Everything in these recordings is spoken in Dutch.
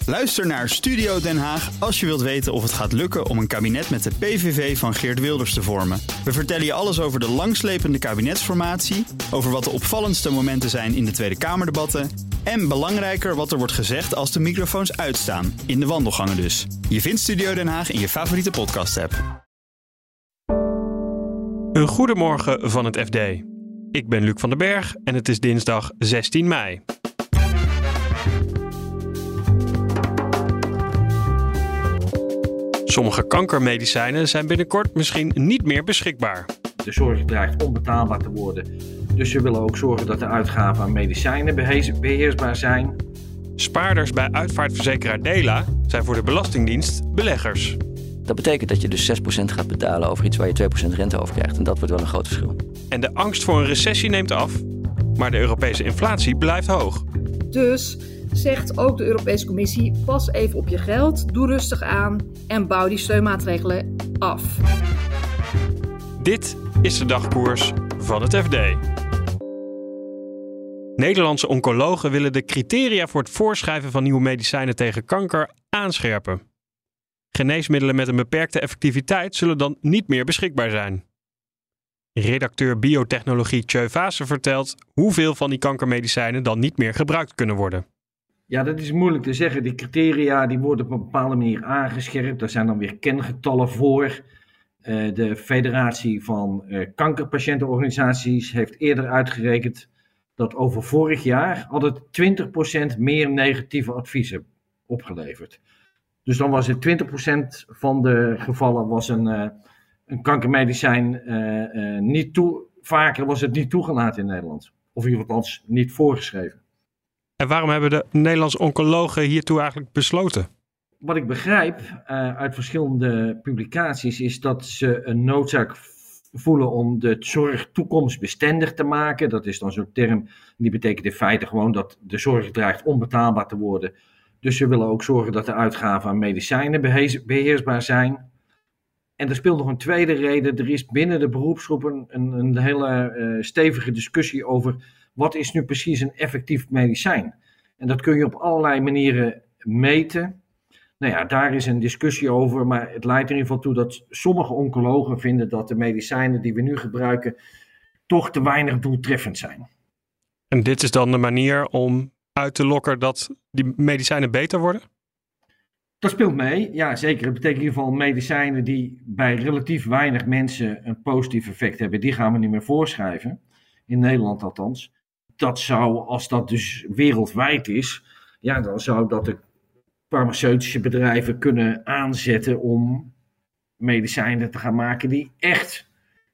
Luister naar Studio Den Haag als je wilt weten of het gaat lukken om een kabinet met de PVV van Geert Wilders te vormen. We vertellen je alles over de langslepende kabinetsformatie, over wat de opvallendste momenten zijn in de Tweede Kamerdebatten en belangrijker wat er wordt gezegd als de microfoons uitstaan, in de wandelgangen dus. Je vindt Studio Den Haag in je favoriete podcast-app. Een goedemorgen van het FD. Ik ben Luc van den Berg en het is dinsdag 16 mei. Sommige kankermedicijnen zijn binnenkort misschien niet meer beschikbaar. De zorg dreigt onbetaalbaar te worden. Dus we willen ook zorgen dat de uitgaven aan medicijnen beheersbaar zijn. Spaarders bij uitvaartverzekeraar Dela zijn voor de Belastingdienst beleggers. Dat betekent dat je dus 6% gaat betalen over iets waar je 2% rente over krijgt. En dat wordt wel een groot verschil. En de angst voor een recessie neemt af, maar de Europese inflatie blijft hoog. Dus zegt ook de Europese Commissie, pas even op je geld, doe rustig aan en bouw die steunmaatregelen af. Dit is de dagkoers van het FD. Nederlandse oncologen willen de criteria voor het voorschrijven van nieuwe medicijnen tegen kanker aanscherpen. Geneesmiddelen met een beperkte effectiviteit zullen dan niet meer beschikbaar zijn. Redacteur biotechnologie Tjeu Vaassen vertelt hoeveel van die kankermedicijnen dan niet meer gebruikt kunnen worden. Ja, dat is moeilijk te zeggen. Die criteria die worden op een bepaalde manier aangescherpt. Daar zijn dan weer kengetallen voor. De Federatie van Kankerpatiëntenorganisaties heeft eerder uitgerekend dat over vorig jaar had het 20% meer negatieve adviezen opgeleverd. Dus dan was het 20% van de gevallen was een kankermedicijn vaker was het niet toegelaten in Nederland. Of in ieder geval niet voorgeschreven. En waarom hebben de Nederlandse oncologen hiertoe eigenlijk besloten? Wat ik begrijp uit verschillende publicaties is dat ze een noodzaak voelen om de zorg toekomstbestendig te maken. Dat is dan zo'n term, die betekent in feite gewoon dat de zorg dreigt onbetaalbaar te worden. Dus ze willen ook zorgen dat de uitgaven aan medicijnen beheersbaar zijn. En er speelt nog een tweede reden. Er is binnen de beroepsgroep een hele stevige discussie over wat is nu precies een effectief medicijn. En dat kun je op allerlei manieren meten. Nou ja, daar is een discussie over, maar het leidt er in ieder geval toe dat sommige oncologen vinden dat de medicijnen die we nu gebruiken toch te weinig doeltreffend zijn. En dit is dan de manier om uit te lokken dat die medicijnen beter worden? Dat speelt mee, ja zeker. Het betekent in ieder geval medicijnen die bij relatief weinig mensen een positief effect hebben, die gaan we niet meer voorschrijven. In Nederland althans. Dat zou, als dat dus wereldwijd is, ja dan zou dat de farmaceutische bedrijven kunnen aanzetten om medicijnen te gaan maken die echt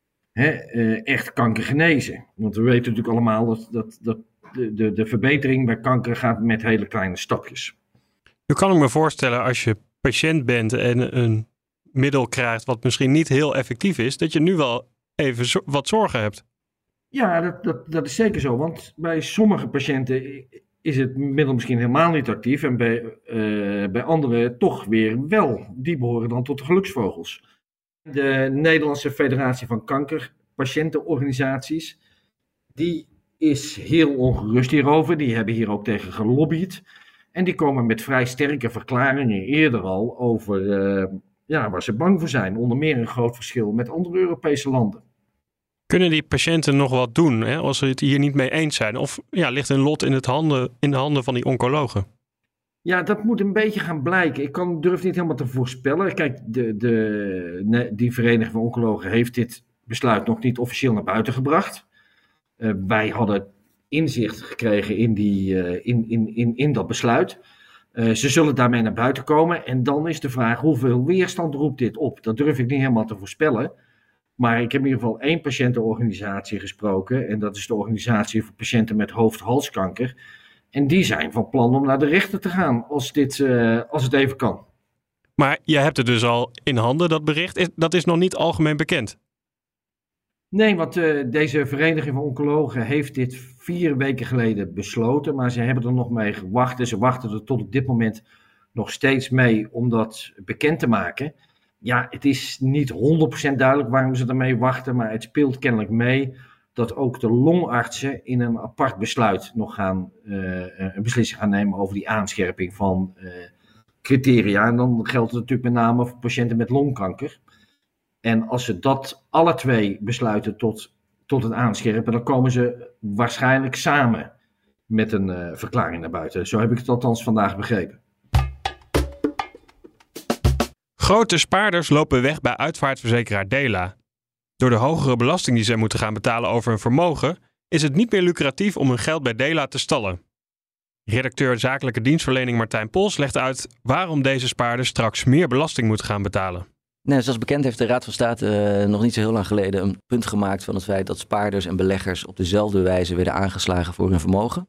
kanker genezen. Want we weten natuurlijk allemaal dat de verbetering bij kanker gaat met hele kleine stapjes. Nu kan ik me voorstellen als je patiënt bent en een middel krijgt wat misschien niet heel effectief is, dat je nu wel even wat zorgen hebt. Ja, dat is zeker zo. Want bij sommige patiënten is het middel misschien helemaal niet actief en bij anderen toch weer wel. Die behoren dan tot de geluksvogels. De Nederlandse Federatie van Kankerpatiëntenorganisaties, die is heel ongerust hierover. Die hebben hier ook tegen gelobbyd. En die komen met vrij sterke verklaringen eerder al over waar ze bang voor zijn. Onder meer een groot verschil met andere Europese landen. Kunnen die patiënten nog wat doen als ze het hier niet mee eens zijn? Of ligt hun lot in de handen van die oncologen? Ja, dat moet een beetje gaan blijken. Ik durf niet helemaal te voorspellen. Kijk, die Vereniging van Oncologen heeft dit besluit nog niet officieel naar buiten gebracht. Wij hadden inzicht gekregen in dat besluit. Ze zullen daarmee naar buiten komen. En dan is de vraag, hoeveel weerstand roept dit op? Dat durf ik niet helemaal te voorspellen. Maar ik heb in ieder geval 1 patiëntenorganisatie gesproken. En dat is de organisatie voor patiënten met hoofd-halskanker. En die zijn van plan om naar de rechter te gaan als het even kan. Maar jij hebt het dus al in handen, dat bericht. Dat is nog niet algemeen bekend. Nee, want deze Vereniging van Oncologen heeft dit 4 weken geleden besloten. Maar ze hebben er nog mee gewacht. En ze wachten er tot op dit moment nog steeds mee om dat bekend te maken. Ja, het is niet 100% duidelijk waarom ze ermee wachten. Maar het speelt kennelijk mee dat ook de longartsen in een apart besluit nog een beslissing gaan nemen over die aanscherping van criteria. En dan geldt het natuurlijk met name voor patiënten met longkanker. En als ze dat alle twee besluiten tot het aanscherpen, dan komen ze waarschijnlijk samen met een verklaring naar buiten. Zo heb ik het althans vandaag begrepen. Grote spaarders lopen weg bij uitvaartverzekeraar Dela. Door de hogere belasting die zij moeten gaan betalen over hun vermogen, is het niet meer lucratief om hun geld bij Dela te stallen. Redacteur zakelijke dienstverlening Martijn Pols legt uit waarom deze spaarders straks meer belasting moeten gaan betalen. Nou, zoals bekend heeft de Raad van State nog niet zo heel lang geleden een punt gemaakt van het feit dat spaarders en beleggers op dezelfde wijze werden aangeslagen voor hun vermogen.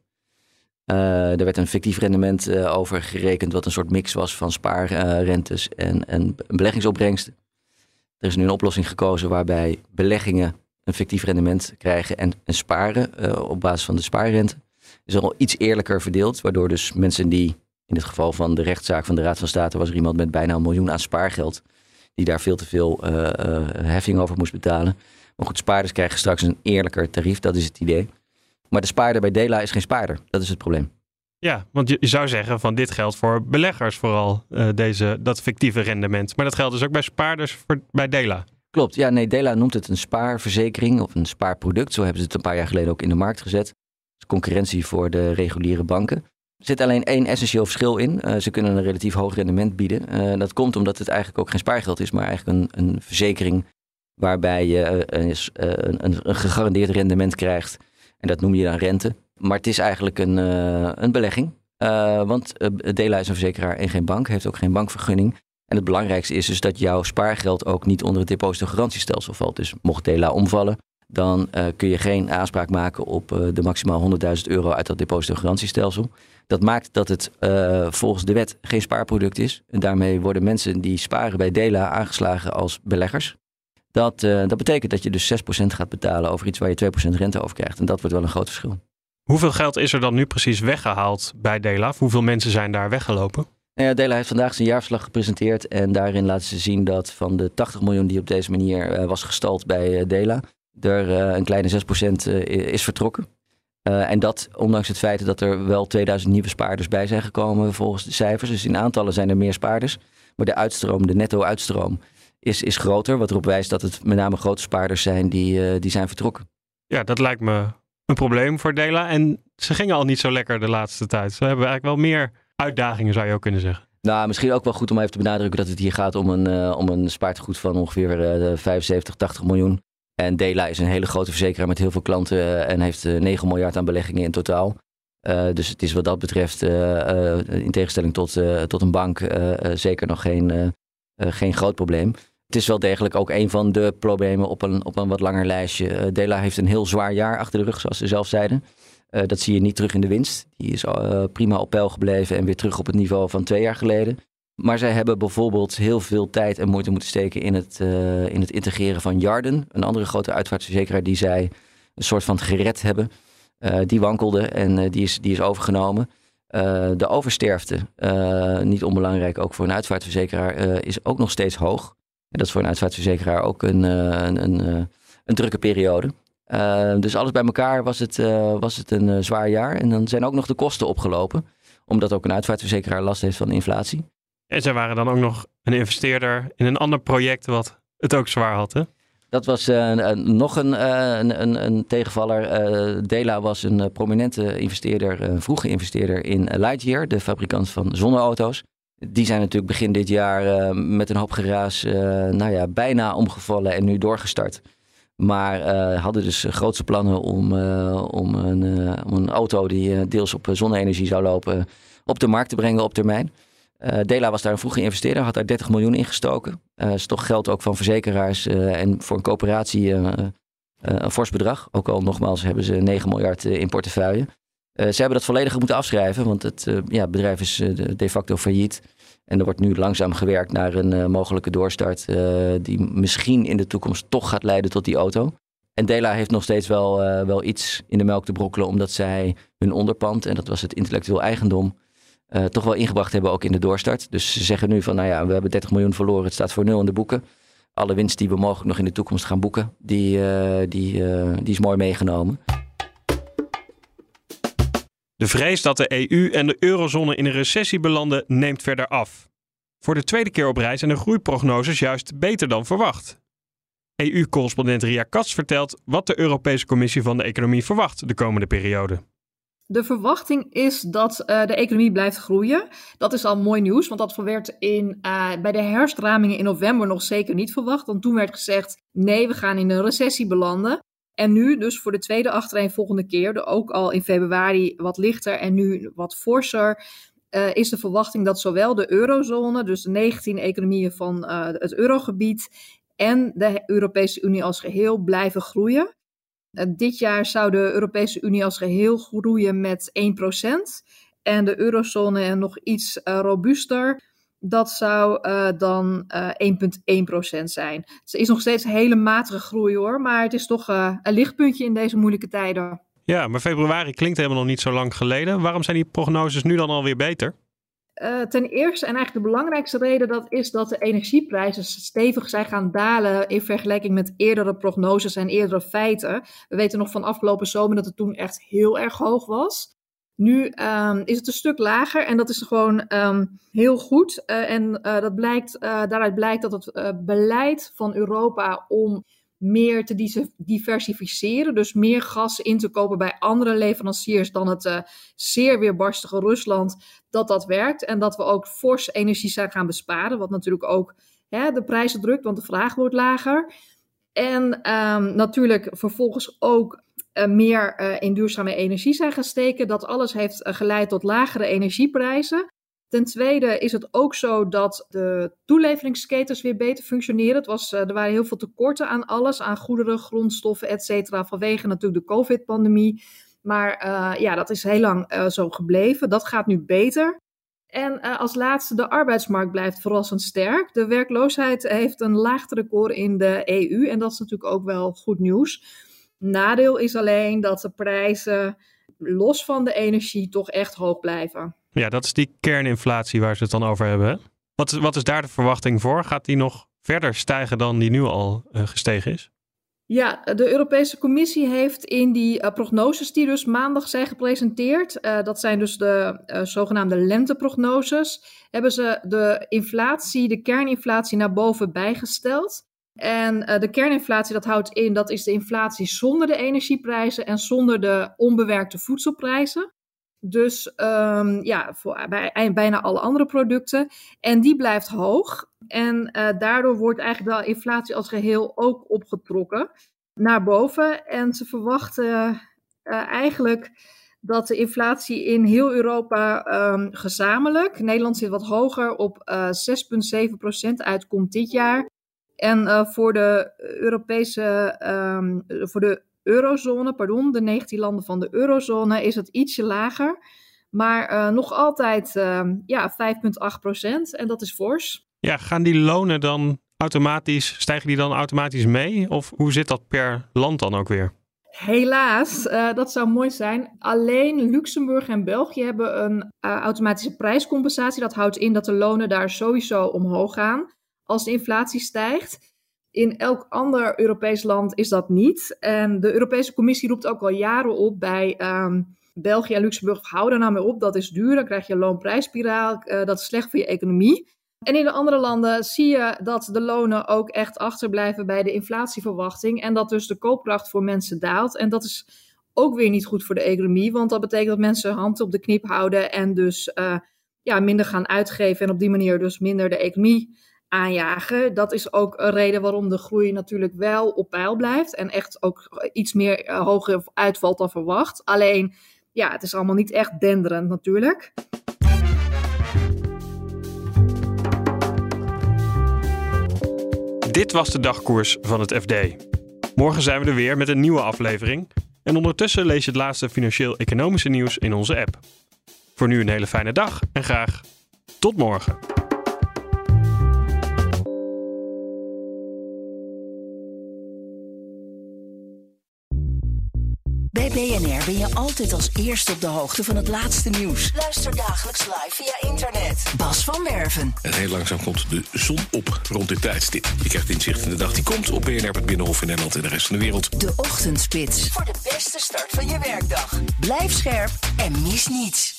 Er werd een fictief rendement over gerekend wat een soort mix was van spaarrentes en beleggingsopbrengsten. Er is nu een oplossing gekozen waarbij beleggingen een fictief rendement krijgen en sparen op basis van de spaarrente. Is al iets eerlijker verdeeld, waardoor dus mensen die, in het geval van de rechtszaak van de Raad van State, was er iemand met bijna 1 miljoen aan spaargeld, die daar veel te veel heffing over moest betalen. Maar goed, spaarders krijgen straks een eerlijker tarief, dat is het idee. Maar de spaarder bij Dela is geen spaarder, dat is het probleem. Ja, want je zou zeggen van dit geldt voor beleggers vooral, dat fictieve rendement. Maar dat geldt dus ook bij spaarders bij Dela. Klopt, ja, nee, Dela noemt het een spaarverzekering of een spaarproduct. Zo hebben ze het een paar jaar geleden ook in de markt gezet. Dat is concurrentie voor de reguliere banken. Er zit alleen 1 essentieel verschil in. Ze kunnen een relatief hoog rendement bieden. Dat komt omdat het eigenlijk ook geen spaargeld is, maar eigenlijk een verzekering waarbij je een gegarandeerd rendement krijgt. En dat noem je dan rente. Maar het is eigenlijk een belegging. Want Dela is een verzekeraar en geen bank, heeft ook geen bankvergunning. En het belangrijkste is dus dat jouw spaargeld ook niet onder het depositogarantiestelsel valt. Dus mocht Dela omvallen, dan kun je geen aanspraak maken op de maximaal €100.000 uit dat depositogarantiestelsel. Dat maakt dat het volgens de wet geen spaarproduct is. En daarmee worden mensen die sparen bij Dela aangeslagen als beleggers. Dat betekent dat je dus 6% gaat betalen over iets waar je 2% rente over krijgt. En dat wordt wel een groot verschil. Hoeveel geld is er dan nu precies weggehaald bij Dela? Hoeveel mensen zijn daar weggelopen? Dela heeft vandaag zijn jaarverslag gepresenteerd. En daarin laten ze zien dat van de 80 miljoen die op deze manier was gestald bij Dela, er een kleine 6% is vertrokken. En dat ondanks het feit dat er wel 2000 nieuwe spaarders bij zijn gekomen volgens de cijfers. Dus in aantallen zijn er meer spaarders. Maar de netto-uitstroom is groter. Wat erop wijst dat het met name grote spaarders zijn die zijn vertrokken. Ja, dat lijkt me een probleem voor Dela. En ze gingen al niet zo lekker de laatste tijd. Ze hebben eigenlijk wel meer uitdagingen, zou je ook kunnen zeggen. Nou, misschien ook wel goed om even te benadrukken dat het hier gaat om een spaartegoed van ongeveer 75, 80 miljoen. En Dela is een hele grote verzekeraar met heel veel klanten en heeft 9 miljard aan beleggingen in totaal. Dus het is wat dat betreft, in tegenstelling tot een bank, zeker nog geen groot probleem. Het is wel degelijk ook een van de problemen op een wat langer lijstje. Dela heeft een heel zwaar jaar achter de rug, zoals ze zelf zeiden. Dat zie je niet terug in de winst. Die is prima op peil gebleven en weer terug op het niveau van 2 jaar geleden. Maar zij hebben bijvoorbeeld heel veel tijd en moeite moeten steken in het integreren van Jarden. Een andere grote uitvaartverzekeraar die zij een soort van gered hebben. Die wankelde en die is overgenomen. De oversterfte, niet onbelangrijk ook voor een uitvaartverzekeraar, is ook nog steeds hoog. En dat is voor een uitvaartverzekeraar ook een drukke periode. Dus alles bij elkaar was het een zwaar jaar. En dan zijn ook nog de kosten opgelopen. Omdat ook een uitvaartverzekeraar last heeft van inflatie. En zij waren dan ook nog een investeerder in een ander project wat het ook zwaar had, hè? Dat was nog een tegenvaller. Dela was een prominente investeerder, een vroege investeerder in Lightyear, de fabrikant van zonneauto's. Die zijn natuurlijk begin dit jaar met een hoop geraas bijna omgevallen en nu doorgestart. Maar hadden dus grootste plannen om een auto die deels op zonne-energie zou lopen op de markt te brengen op termijn. Dela was daar een vroege investeerder, had daar 30 miljoen in gestoken. Is toch geld ook van verzekeraars en voor een coöperatie een fors bedrag. Ook al nogmaals hebben ze 9 miljard in portefeuille. Ze hebben dat volledig moeten afschrijven, want het bedrijf is de facto failliet. En er wordt nu langzaam gewerkt naar een mogelijke doorstart die misschien in de toekomst toch gaat leiden tot die auto. En Dela heeft nog steeds wel iets in de melk te brokkelen, omdat zij hun onderpand, en dat was het intellectueel eigendom, toch wel ingebracht hebben ook in de doorstart. Dus ze zeggen nu van, we hebben 30 miljoen verloren, het staat voor 0 in de boeken. Alle winst die we mogelijk nog in de toekomst gaan boeken, die is mooi meegenomen. De vrees dat de EU en de eurozone in een recessie belanden neemt verder af. Voor de tweede keer op rij zijn de groeiprognoses juist beter dan verwacht. EU-correspondent Ria Katz vertelt wat de Europese Commissie van de economie verwacht de komende periode. De verwachting is dat de economie blijft groeien. Dat is al mooi nieuws, want dat werd bij de herfstramingen in november nog zeker niet verwacht. Want toen werd gezegd, nee, we gaan in een recessie belanden. En nu, dus voor de tweede achtereenvolgende keer, ook al in februari wat lichter en nu wat forser, is de verwachting dat zowel de eurozone, dus de 19 economieën van het eurogebied en de Europese Unie als geheel blijven groeien. Dit jaar zou de Europese Unie als geheel groeien met 1% en de eurozone nog iets robuuster. Dat zou dan 1,1% zijn. Het is nog steeds een hele matige groei hoor, maar het is toch een lichtpuntje in deze moeilijke tijden. Ja, maar februari klinkt helemaal nog niet zo lang geleden. Waarom zijn die prognoses nu dan alweer beter? Ten eerste en eigenlijk de belangrijkste reden is dat de energieprijzen stevig zijn gaan dalen in vergelijking met eerdere prognoses en eerdere feiten. We weten nog van afgelopen zomer dat het toen echt heel erg hoog was. Nu is het een stuk lager en dat is gewoon heel goed. Daaruit blijkt dat het beleid van Europa om meer te diversificeren, dus meer gas in te kopen bij andere leveranciers dan het zeer weerbarstige Rusland, dat werkt. En dat we ook fors energie zijn gaan besparen, wat natuurlijk ook de prijzen drukt, want de vraag wordt lager. En natuurlijk vervolgens ook meer in duurzame energie zijn gaan steken. Dat alles heeft geleid tot lagere energieprijzen. Ten tweede is het ook zo dat de toeleveringsketens weer beter functioneren. Er waren heel veel tekorten aan alles, aan goederen, grondstoffen, et cetera, vanwege natuurlijk de COVID-pandemie. Maar dat is heel lang zo gebleven. Dat gaat nu beter. En als laatste, de arbeidsmarkt blijft verrassend sterk. De werkloosheid heeft een laagste record in de EU en dat is natuurlijk ook wel goed nieuws. Nadeel is alleen dat de prijzen los van de energie toch echt hoog blijven. Ja, dat is die kerninflatie waar ze het dan over hebben. Hè? Wat is daar de verwachting voor? Gaat die nog verder stijgen dan die nu al gestegen is? Ja, de Europese Commissie heeft in die prognoses die dus maandag zijn gepresenteerd, dat zijn dus de zogenaamde lenteprognoses, hebben ze de kerninflatie naar boven bijgesteld. En de kerninflatie, dat houdt in, dat is de inflatie zonder de energieprijzen en zonder de onbewerkte voedselprijzen. Dus bij bijna alle andere producten. En die blijft hoog. En daardoor wordt eigenlijk de inflatie als geheel ook opgetrokken naar boven. En ze verwachten eigenlijk dat de inflatie in heel Europa gezamenlijk, Nederland zit wat hoger, op 6,7% uitkomt dit jaar. En voor de eurozone, de 19 landen van de eurozone, is het ietsje lager. Maar nog altijd 5,8%. En dat is fors. Ja, gaan die lonen dan stijgen die dan automatisch mee? Of hoe zit dat per land dan ook weer? Helaas, dat zou mooi zijn. Alleen Luxemburg en België hebben een automatische prijscompensatie. Dat houdt in dat de lonen daar sowieso omhoog gaan als de inflatie stijgt. In elk ander Europees land is dat niet. En de Europese Commissie roept ook al jaren op bij België en Luxemburg. Hou daar nou mee op, dat is duur. Dan krijg je een loonprijsspiraal. Dat is slecht voor je economie. En in de andere landen zie je dat de lonen ook echt achterblijven bij de inflatieverwachting. En dat dus de koopkracht voor mensen daalt. En dat is ook weer niet goed voor de economie. Want dat betekent dat mensen hand op de knip houden en dus minder gaan uitgeven. En op die manier dus minder de economie aanjagen. Dat is ook een reden waarom de groei natuurlijk wel op peil blijft. En echt ook iets meer hoger uitvalt dan verwacht. Alleen, het is allemaal niet echt denderend natuurlijk. Dit was de dagkoers van het FD. Morgen zijn we er weer met een nieuwe aflevering. En ondertussen lees je het laatste financieel-economische nieuws in onze app. Voor nu een hele fijne dag en graag tot morgen. Bij BNR ben je altijd als eerste op de hoogte van het laatste nieuws. Luister dagelijks live via internet. Bas van Werven. En heel langzaam komt de zon op rond dit tijdstip. Je krijgt inzicht in de dag die komt op BNR, het Binnenhof in Nederland en de rest van de wereld. De Ochtendspits. Voor de beste start van je werkdag. Blijf scherp en mis niets.